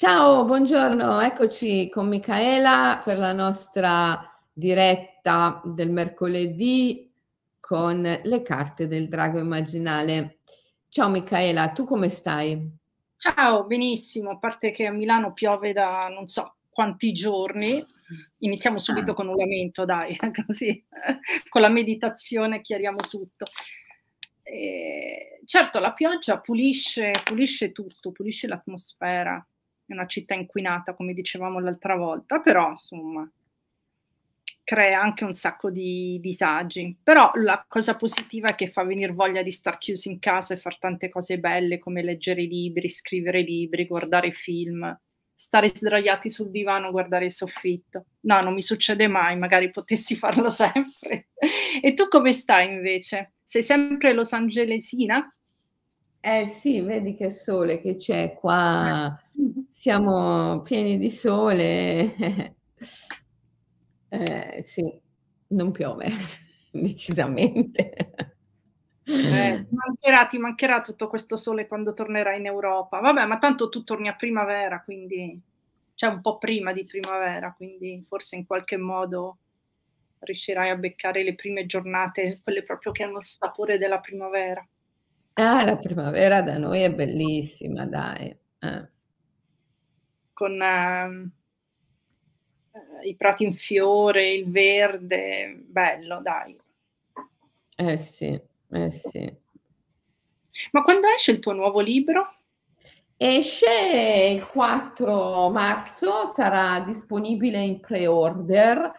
Ciao, buongiorno, eccoci con Micaela per la nostra diretta del mercoledì con le carte del drago immaginale. Ciao Micaela, tu come stai? Ciao, benissimo, a parte che a Milano piove da non so quanti giorni, iniziamo Ah, subito con un lamento dai, così con la meditazione chiariamo tutto. Certo la pioggia pulisce tutto, pulisce l'atmosfera, è una città inquinata come dicevamo l'altra volta, però insomma crea anche un sacco di disagi. Però la cosa positiva è che fa venir voglia di star chiusi in casa e far tante cose belle come leggere i libri, scrivere libri, guardare film, stare sdraiati sul divano, guardare il soffitto. No, non mi succede mai, magari potessi farlo sempre. E tu come stai invece? Sei sempre los angelesina? eh sì, vedi che sole che c'è qua, Mh-mh. siamo pieni di sole. Sì, non piove, decisamente. Ti mancherà tutto questo sole quando tornerai in Europa. Vabbè, ma tanto tu torni a primavera, quindi cioè un po' prima di primavera, quindi forse in qualche modo riuscirai a beccare le prime giornate, quelle proprio che hanno il sapore della primavera, Ah, la primavera da noi è bellissima, dai. con i prati in fiore, il verde, bello dai. Eh sì, eh sì. Ma quando esce il tuo nuovo libro? Esce il 4 marzo, sarà disponibile in pre-order.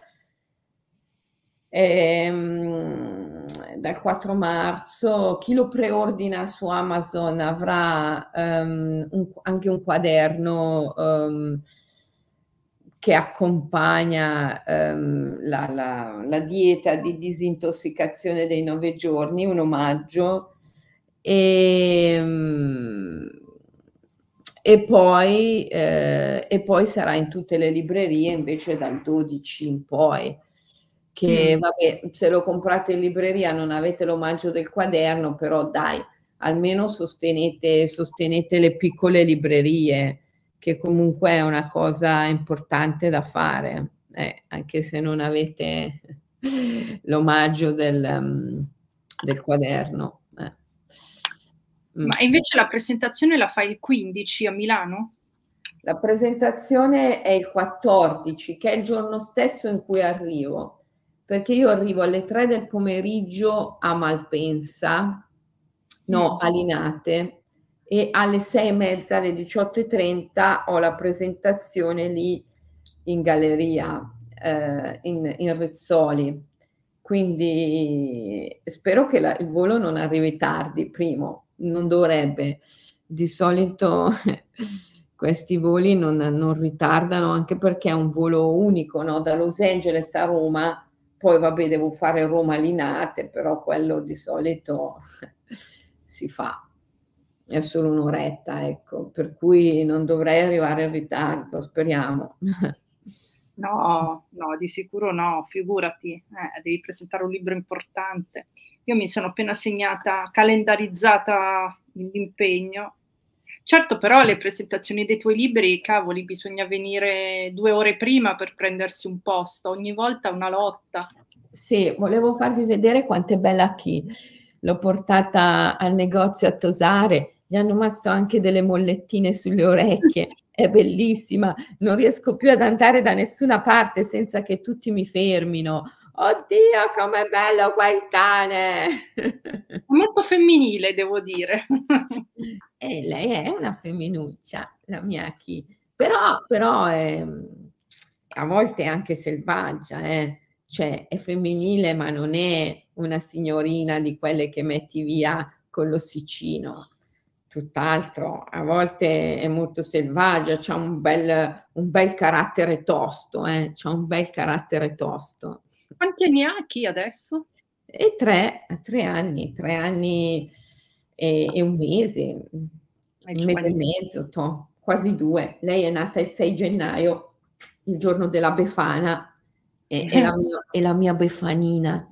Dal 4 marzo chi lo preordina su Amazon avrà anche un quaderno che accompagna la dieta di disintossicazione dei 9 giorni, un omaggio. E, mm, e poi sarà in tutte le librerie invece dal 12 in poi. Che Mh. vabbè, se lo comprate in libreria non avete l'omaggio del quaderno, però dai, almeno sostenete le piccole librerie, che comunque è una cosa importante da fare, anche se non avete l'omaggio del quaderno. Ma Mm. invece la presentazione la fai il 15 a Milano? La presentazione è il 14, che è il giorno stesso in cui arrivo, perché io arrivo alle 3 del pomeriggio a Malpensa, no, Mh. a Linate, e alle 6:30, alle 18:30 ho la presentazione lì in galleria, in Rizzoli. Quindi spero che il volo non arrivi tardi, primo, non dovrebbe. Di solito questi voli non ritardano, anche perché è un volo unico, no? Da Los Angeles a Roma, poi vabbè, devo fare Roma-Linate, però quello di solito si fa, è solo un'oretta, ecco, per cui non dovrei arrivare in ritardo, speriamo. No, no, di sicuro no, figurati, devi presentare un libro importante. Io mi sono appena segnata, calendarizzata l'impegno. Certo, però le presentazioni dei tuoi libri, cavoli, bisogna venire 2 ore prima per prendersi un posto, ogni volta una lotta. Sì, volevo farvi vedere quanto è bella qui. L'ho portata al negozio a tosare, gli hanno messo anche delle mollettine sulle orecchie, è bellissima, non riesco più ad andare da nessuna parte senza che tutti mi fermino. Oddio, com'è bello quel cane! È molto femminile, devo dire. Lei è una femminuccia, la mia Chi, però a volte è anche selvaggia, cioè è femminile, ma non è una signorina di quelle che metti via con l'ossicino. Tutt'altro, a volte è molto selvaggia, c'ha un bel carattere tosto, c'ha un bel carattere tosto. Quanti anni ha Chi adesso? E 3 anni e un mese, È 1 mese e giovanissima. mezzo, quasi 2. Lei è nata il 6 gennaio, il giorno della Befana, è la mia Befanina,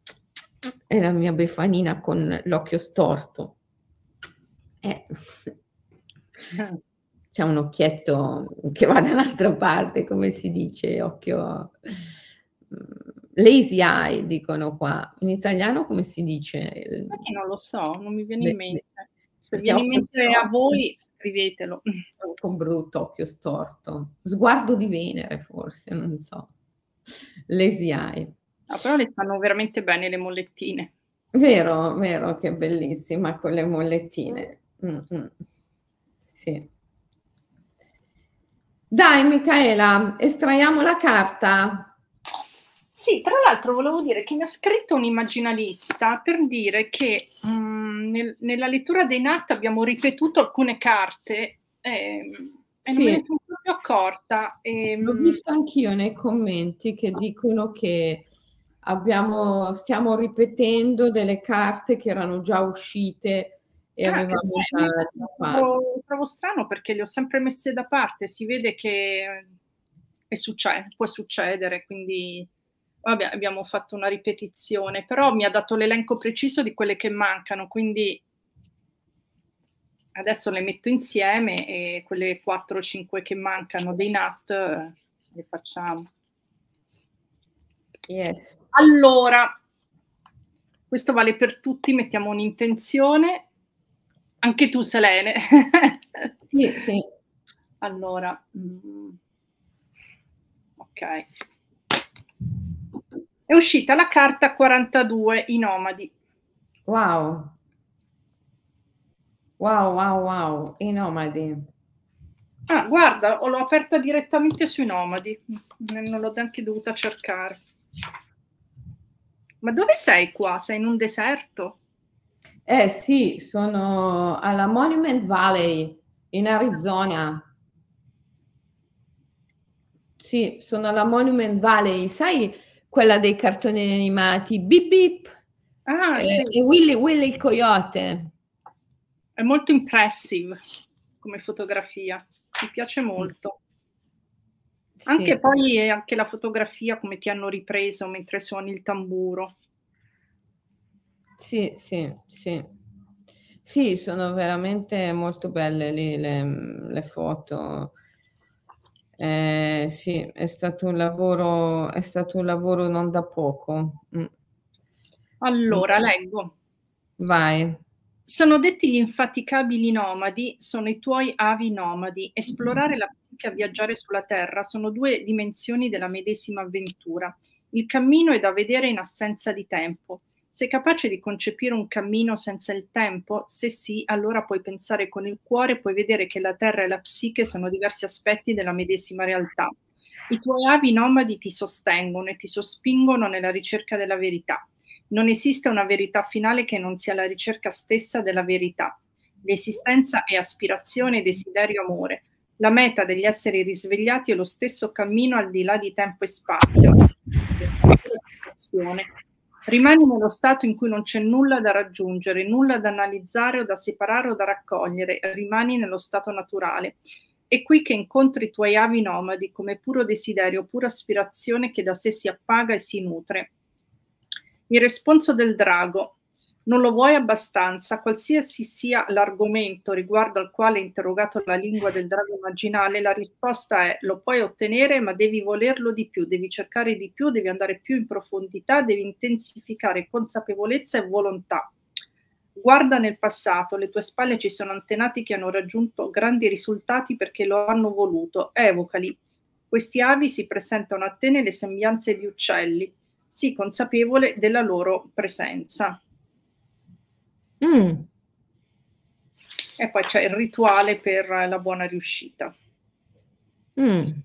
è la mia Befanina con l'occhio storto. Eh. c'è un occhietto che va da un'altra parte, come si dice, occhio lazy eye dicono qua. In italiano come si dice? Sai che non lo so, non mi viene Le in le mente. Se perché viene in occhio mente a storto voi scrivetelo. è un po' brutto, occhio storto. Sguardo di Venere forse, non so. Lazy eye. No, però le stanno veramente bene le mollettine. Vero, vero, che bellissima con le mollettine. Sì. Dai Micaela, estraiamo la carta. Sì, tra l'altro volevo dire che mi ha scritto un immaginalista per dire che, nella lettura dei NAT abbiamo ripetuto alcune carte, e non me Sì, ne sono proprio accorta, l'ho visto anch'io nei commenti che dicono che stiamo ripetendo delle carte che erano già uscite e avevamo ma già infatti già fatto. lo trovo strano perché le ho sempre messe da parte, si vede che può succedere, quindi vabbè abbiamo fatto una ripetizione, però mi ha dato l'elenco preciso di quelle che mancano, quindi adesso le metto insieme e quelle 4 o 5 che mancano dei NAT le facciamo. Yes. Allora, questo vale per tutti, mettiamo un'intenzione. Anche tu Selene. Sì, sì. Allora, okay. È uscita la carta 42, i nomadi. Wow. Wow, wow, wow, i nomadi. Ah, guarda, l'ho aperta direttamente sui nomadi, non l'ho neanche dovuta cercare. Ma dove sei qua? Sei in un deserto? Eh sì, sono alla Monument Valley in Arizona. Sì, sono alla Monument Valley, sai quella dei cartoni animati Bip Bip Ah, sì, e Willy il coyote. è molto impressive come fotografia, mi piace molto. Anche Sì, poi anche la fotografia come ti hanno ripreso mentre suoni il tamburo. sì, sì, sì. Sì, sono veramente molto belle lì le foto. Sì, è stato un lavoro non da poco. Allora, leggo. Vai. Sono detti gli infaticabili nomadi, sono i tuoi avi nomadi. Esplorare la psiche a viaggiare sulla terra sono due dimensioni della medesima avventura. Il cammino è da vedere in assenza di tempo. Sei capace di concepire un cammino senza il tempo? Se sì, allora puoi pensare con il cuore, puoi vedere che la terra e la psiche sono diversi aspetti della medesima realtà. I tuoi avi nomadi ti sostengono e ti sospingono nella ricerca della verità. Non esiste una verità finale che non sia la ricerca stessa della verità. L'esistenza è aspirazione, desiderio, amore. La meta degli esseri risvegliati è lo stesso cammino al di là di tempo e spazio. Rimani nello stato in cui non c'è nulla da raggiungere, nulla da analizzare o da separare o da raccogliere, rimani nello stato naturale. È qui che incontri i tuoi avi nomadi come puro desiderio, pura aspirazione che da sé si appaga e si nutre. Il responso del drago. Non lo vuoi abbastanza, qualsiasi sia l'argomento riguardo al quale è interrogato la lingua del drago immaginale, la risposta è lo puoi ottenere, ma devi volerlo di più, devi cercare di più, devi andare più in profondità, devi intensificare consapevolezza e volontà. Guarda nel passato, alle tue spalle ci sono antenati che hanno raggiunto grandi risultati perché lo hanno voluto, evocali. Questi avi si presentano a te nelle sembianze di uccelli, sii consapevole della loro presenza. Mh. E poi c'è il rituale per la buona riuscita. Mh.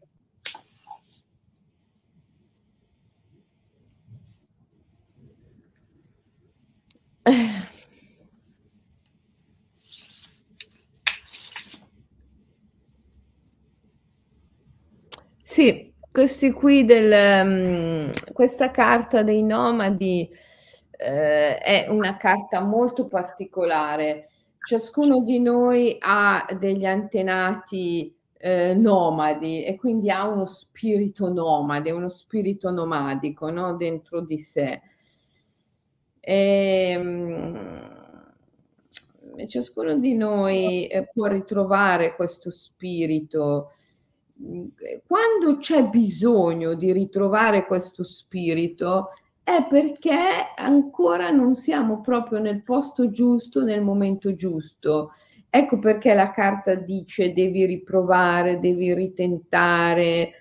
Sì, questi qui questa carta dei nomadi, è una carta molto particolare. Ciascuno di noi ha degli antenati, nomadi e quindi ha uno spirito nomade, uno spirito nomadico, no, dentro di sé. Ehm, ciascuno di noi, può ritrovare questo spirito. Quando c'è bisogno di ritrovare questo spirito è perché ancora non siamo proprio nel posto giusto, nel momento giusto. Ecco perché la carta dice: "Devi riprovare, devi ritentare",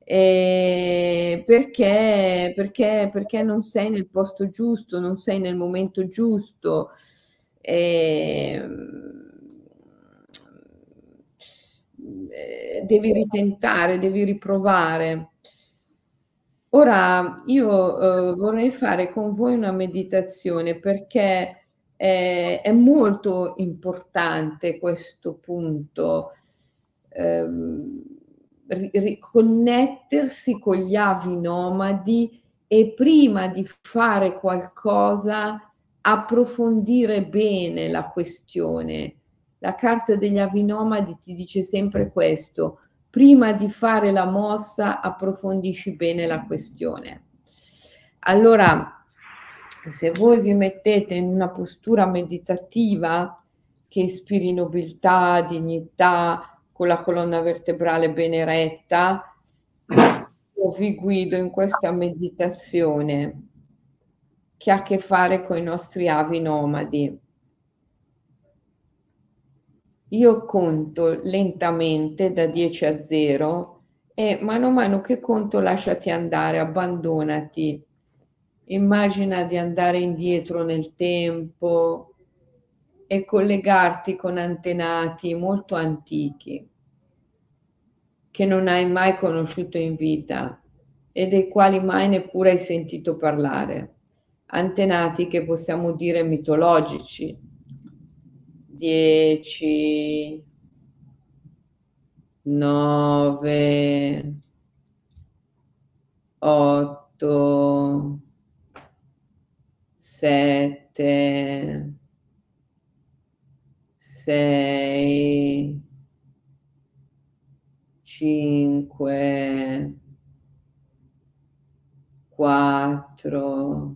perché non sei nel posto giusto, non sei nel momento giusto. Devi ritentare, devi riprovare. Ora io, vorrei fare con voi una meditazione perché è molto importante questo punto, ehm, riconnettersi con gli avi nomadi e prima di fare qualcosa approfondire bene la questione. La carta degli avi nomadi ti dice sempre questo: prima di fare la mossa approfondisci bene la questione. Allora, se voi vi mettete in una postura meditativa che ispiri nobiltà, dignità, con la colonna vertebrale ben eretta, io vi guido in questa meditazione che ha a che fare coi nostri avi nomadi. Io conto lentamente da 10 a 0 e mano a mano che conto lasciati andare, abbandonati. Immagina di andare indietro nel tempo e collegarti con antenati molto antichi che non hai mai conosciuto in vita e dei quali mai neppure hai sentito parlare. Antenati che possiamo dire mitologici. 10, 9, 8, 7, 6, 5, 4,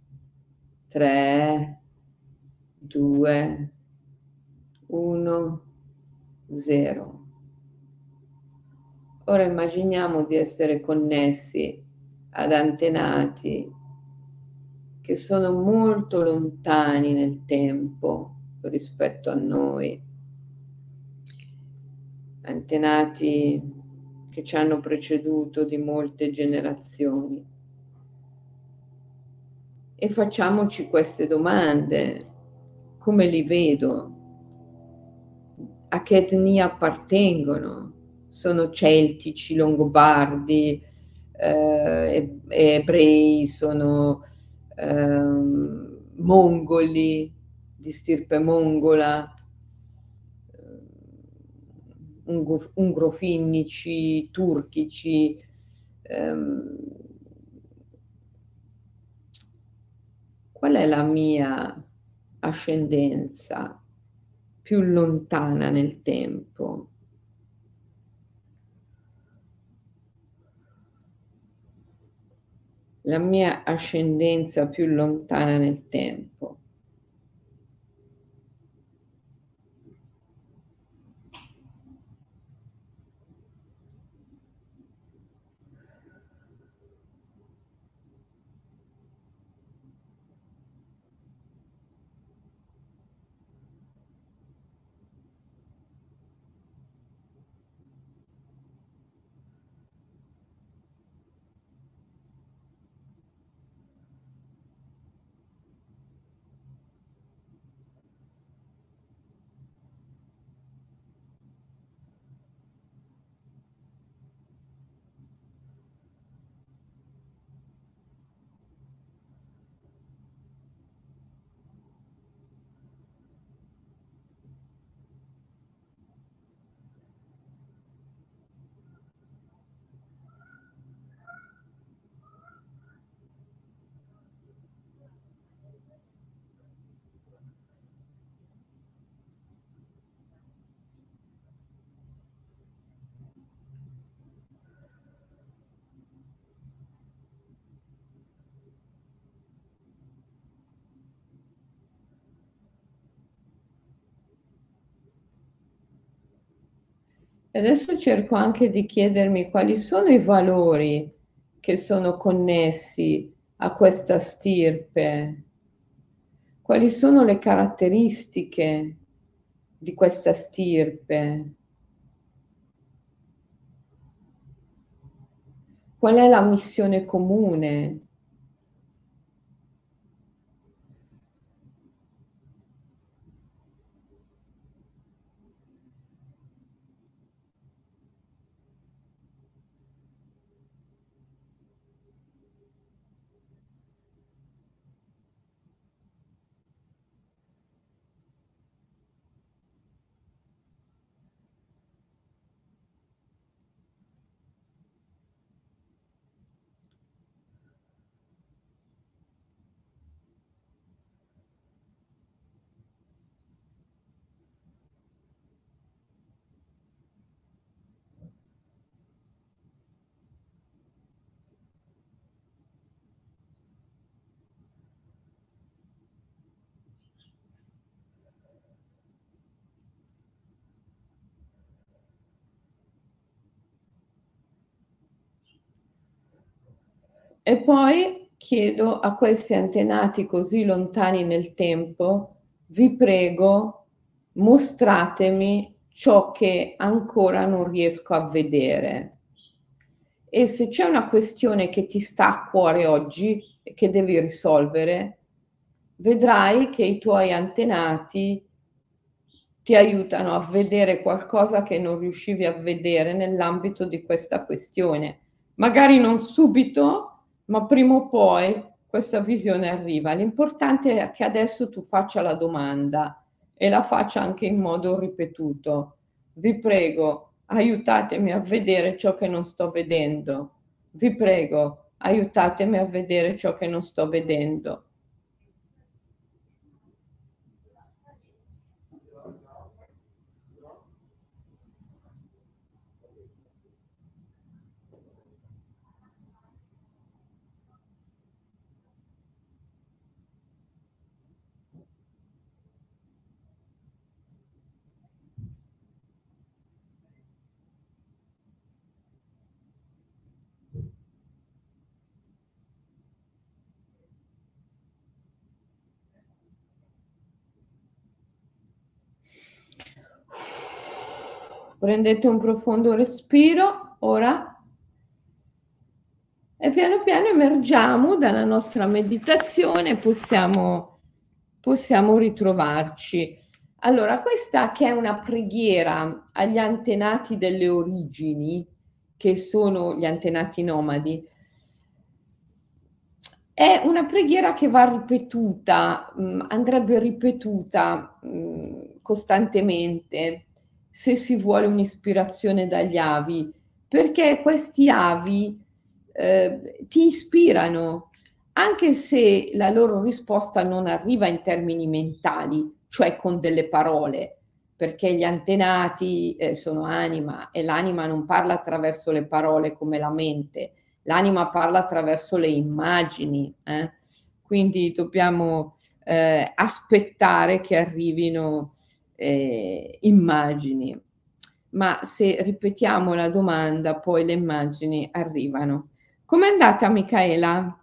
3, 2, 1, 0. Ora immaginiamo di essere connessi ad antenati che sono molto lontani nel tempo rispetto a noi, antenati che ci hanno preceduto di molte generazioni. E facciamoci queste domande: come li vedo? A che etnia appartengono? Sono celtici, longobardi, ebrei, sono mongoli, di stirpe mongola, ungrofinnici, turchici. ehm, Qual è la mia ascendenza più lontana nel tempo? La mia ascendenza più lontana nel tempo. E adesso cerco anche di chiedermi quali sono i valori che sono connessi a questa stirpe, quali sono le caratteristiche di questa stirpe, qual è la missione comune. E poi chiedo a questi antenati così lontani nel tempo, vi prego, mostratemi ciò che ancora non riesco a vedere. E se c'è una questione che ti sta a cuore oggi e che devi risolvere, vedrai che i tuoi antenati ti aiutano a vedere qualcosa che non riuscivi a vedere nell'ambito di questa questione. Magari non subito, ma prima o poi questa visione arriva. L'importante è che adesso tu faccia la domanda e la faccia anche in modo ripetuto. Vi prego, aiutatemi a vedere ciò che non sto vedendo. Vi prego, aiutatemi a vedere ciò che non sto vedendo. Prendete un profondo respiro, ora, e piano piano emergiamo dalla nostra meditazione, possiamo ritrovarci. Allora, questa che è una preghiera agli antenati delle origini, che sono gli antenati nomadi, è una preghiera che va ripetuta, andrebbe ripetuta, costantemente, se si vuole un'ispirazione dagli avi, perché questi avi, ti ispirano, anche se la loro risposta non arriva in termini mentali, cioè con delle parole, perché gli antenati, sono anima e l'anima non parla attraverso le parole come la mente, l'anima parla attraverso le immagini, quindi dobbiamo aspettare che arrivino immagini, ma se ripetiamo la domanda poi le immagini arrivano. Com'è andata Micaela?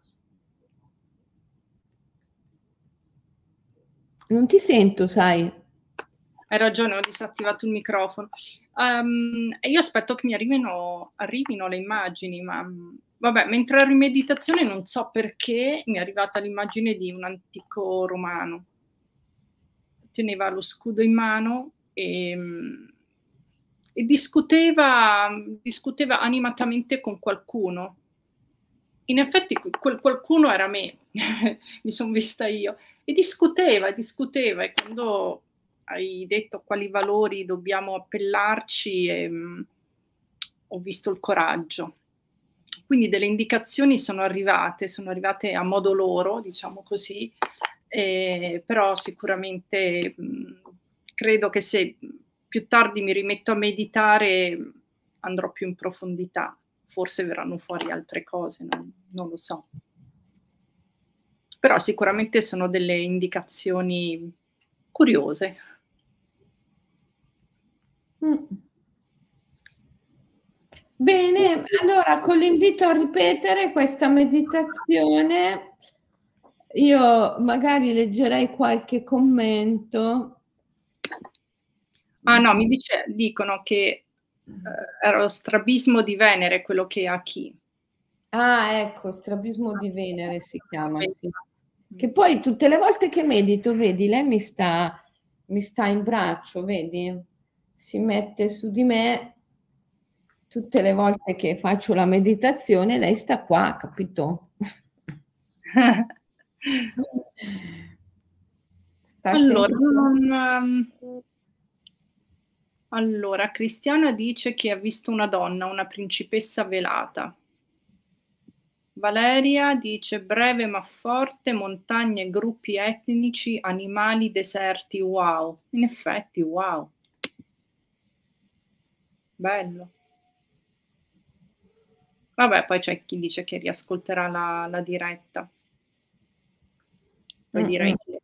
Non ti sento, sai. Hai ragione, ho disattivato il microfono. Io aspetto che mi arrivino le immagini, ma vabbè, mentre ero in meditazione non so perché mi è arrivata l'immagine di un antico romano. Teneva lo scudo in mano e discuteva animatamente con qualcuno. In effetti quel qualcuno era me, mi son vista io. E discuteva, e quando hai detto a quali valori dobbiamo appellarci, ho visto il coraggio. Quindi delle indicazioni sono arrivate a modo loro, diciamo così, però sicuramente, credo che se più tardi mi rimetto a meditare, andrò più in profondità. Forse verranno fuori altre cose, non lo so. Però sicuramente sono delle indicazioni curiose. Mm. Bene, allora con l'invito a ripetere questa meditazione, io magari leggerei qualche commento. Ah no, dicono che era lo strabismo di Venere quello che ha chi. Ah, ecco, strabismo di Venere si chiama, sì. Mm. Che poi tutte le volte che medito, vedi, lei mi sta in braccio, vedi? Si mette su di me tutte le volte che faccio la meditazione, lei sta qua, capito? Sta Allora, sempre. allora, Cristiana dice che ha visto una donna, una principessa velata. Valeria dice breve ma forte, montagne, gruppi etnici, animali, deserti, wow. In effetti, wow. Bello. Vabbè, poi c'è chi dice che riascolterà la diretta. Poi direi che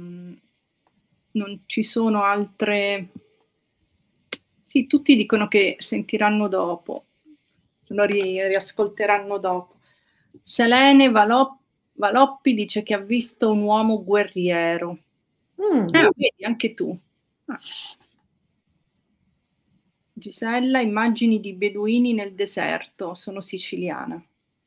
non ci sono altre. Sì, tutti dicono che sentiranno dopo, lo riascolteranno dopo. Selene Valoppi dice che ha visto un uomo guerriero. Vedi, anche tu. Ah. Gisella, immagini di beduini nel deserto, sono siciliana.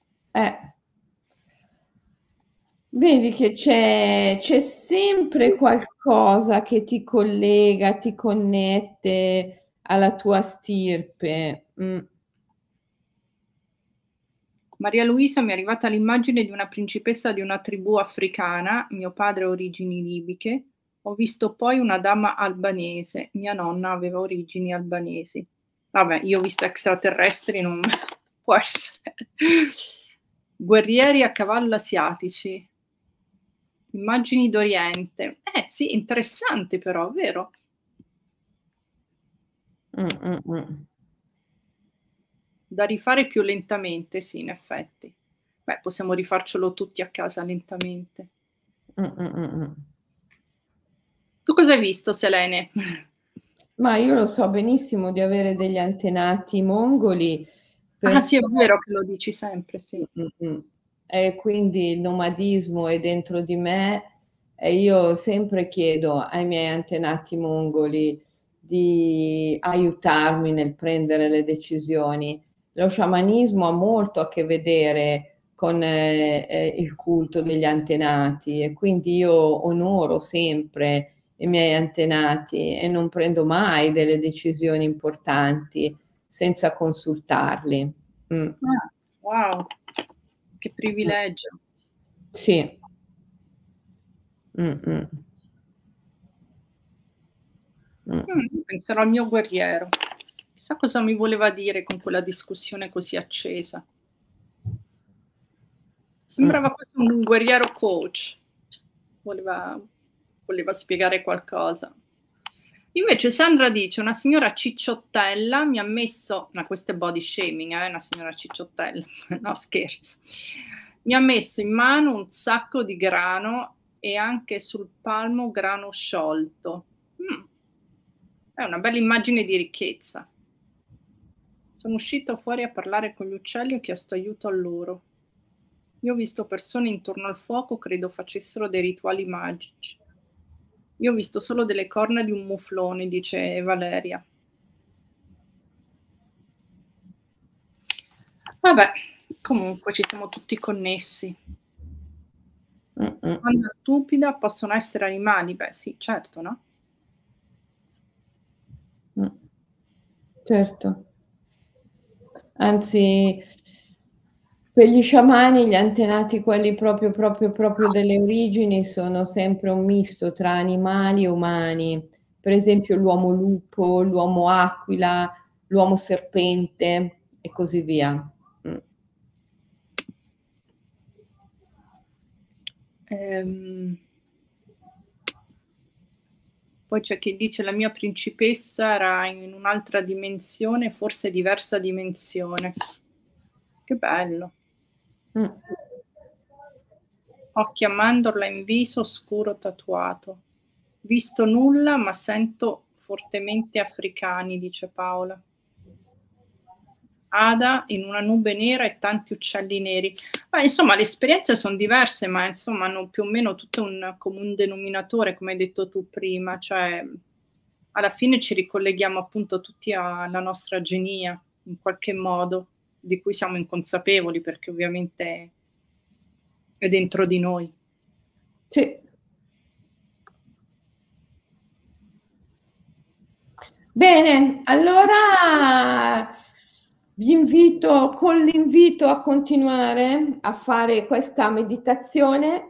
Vedi che c'è sempre qualcosa che ti collega, ti connette alla tua stirpe. Maria Luisa mi è arrivata l'immagine di una principessa di una tribù africana, mio padre ha origini libiche, ho visto poi una dama albanese, mia nonna aveva origini albanesi. Vabbè, io ho visto extraterrestri, non può essere. Guerrieri a cavallo asiatici, immagini d'Oriente. Sì, interessante però, vero? Da rifare più lentamente, sì, in effetti. Beh, possiamo rifarcelo tutti a casa lentamente. Tu cosa hai visto, Selene? Ma io lo so benissimo di avere degli antenati mongoli, Ah sì, è perché vero che lo dici sempre, sì. E quindi il nomadismo è dentro di me e io sempre chiedo ai miei antenati mongoli di aiutarmi nel prendere le decisioni. Lo sciamanismo ha molto a che vedere con il culto degli antenati e quindi io onoro sempre i miei antenati e non prendo mai delle decisioni importanti senza consultarli. Ah, wow, che privilegio. Sì. Mm, mm. Penserò al mio guerriero. Chissà cosa mi voleva dire con quella discussione così accesa. Sembrava quasi un guerriero coach. Voleva, voleva spiegare qualcosa. Invece Sandra dice, una signora cicciottella mi ha messo, ma questo è body shaming, una signora cicciottella, no scherzo, mi ha messo in mano un sacco di grano e anche sul palmo grano sciolto. È una bella immagine di ricchezza. Sono uscita fuori a parlare con gli uccelli e ho chiesto aiuto a loro. Io ho visto persone intorno al fuoco, credo facessero dei rituali magici. Io ho visto solo delle corna di un muflone, dice Valeria. Vabbè, comunque ci siamo tutti connessi. Quando stupida possono essere animali? Beh, sì, certo, no? Certo. Anzi, per gli sciamani, gli antenati, quelli proprio delle origini, sono sempre un misto tra animali e umani. Per esempio l'uomo lupo, l'uomo aquila, l'uomo serpente e così via. Poi c'è chi dice la mia principessa era in un'altra dimensione, forse diversa dimensione. Che bello. Occhi a mandorla in viso scuro tatuato. Visto nulla, ma sento fortemente africani, dice Paola. Ada in una nube nera e tanti uccelli neri. Ma insomma le esperienze son diverse, ma insomma hanno più o meno tutte un comun denominatore, come hai detto tu prima, cioè alla fine ci ricolleghiamo appunto tutti alla nostra genia, in qualche modo, di cui siamo inconsapevoli, perché ovviamente è dentro di noi. Sì. Bene, allora vi invito con l'invito a continuare a fare questa meditazione,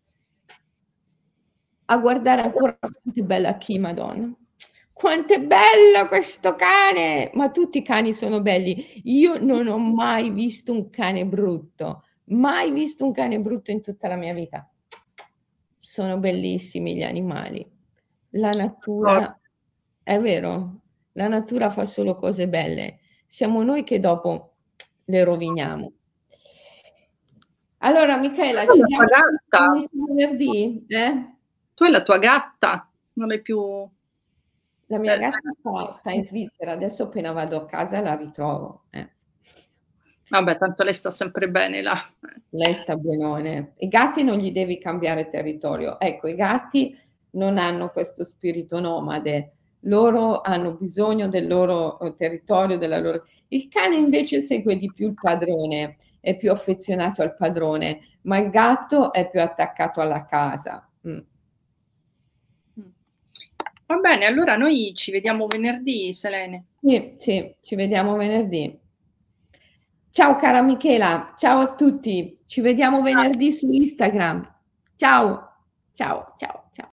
a guardare ancora quanto è bella Chi, Madonna. Quanto è bello questo cane! Ma tutti i cani sono belli. Io non ho mai visto un cane brutto, mai visto un cane brutto in tutta la mia vita. Sono bellissimi gli animali. La natura è vero, la natura fa solo cose belle. Siamo noi che dopo le roviniamo. Allora Michela, Tu hai ci la tua diamo gatta? appuntamento venerdì? Tu hai la tua gatta? Non hai più La mia gatta sta in Svizzera, adesso appena vado a casa la ritrovo. Vabbè, tanto lei sta sempre bene là. Lei sta benone. I gatti non gli devi cambiare territorio. Ecco, i gatti non hanno questo spirito nomade, loro hanno bisogno del loro territorio, della loro... Il cane invece segue di più il padrone, è più affezionato al padrone, ma il gatto è più attaccato alla casa. Va bene, allora noi ci vediamo venerdì, Selene. Sì, sì, ci vediamo venerdì. Ciao cara Michela, ciao a tutti, ci vediamo venerdì su Instagram. Ciao, ciao, ciao, ciao.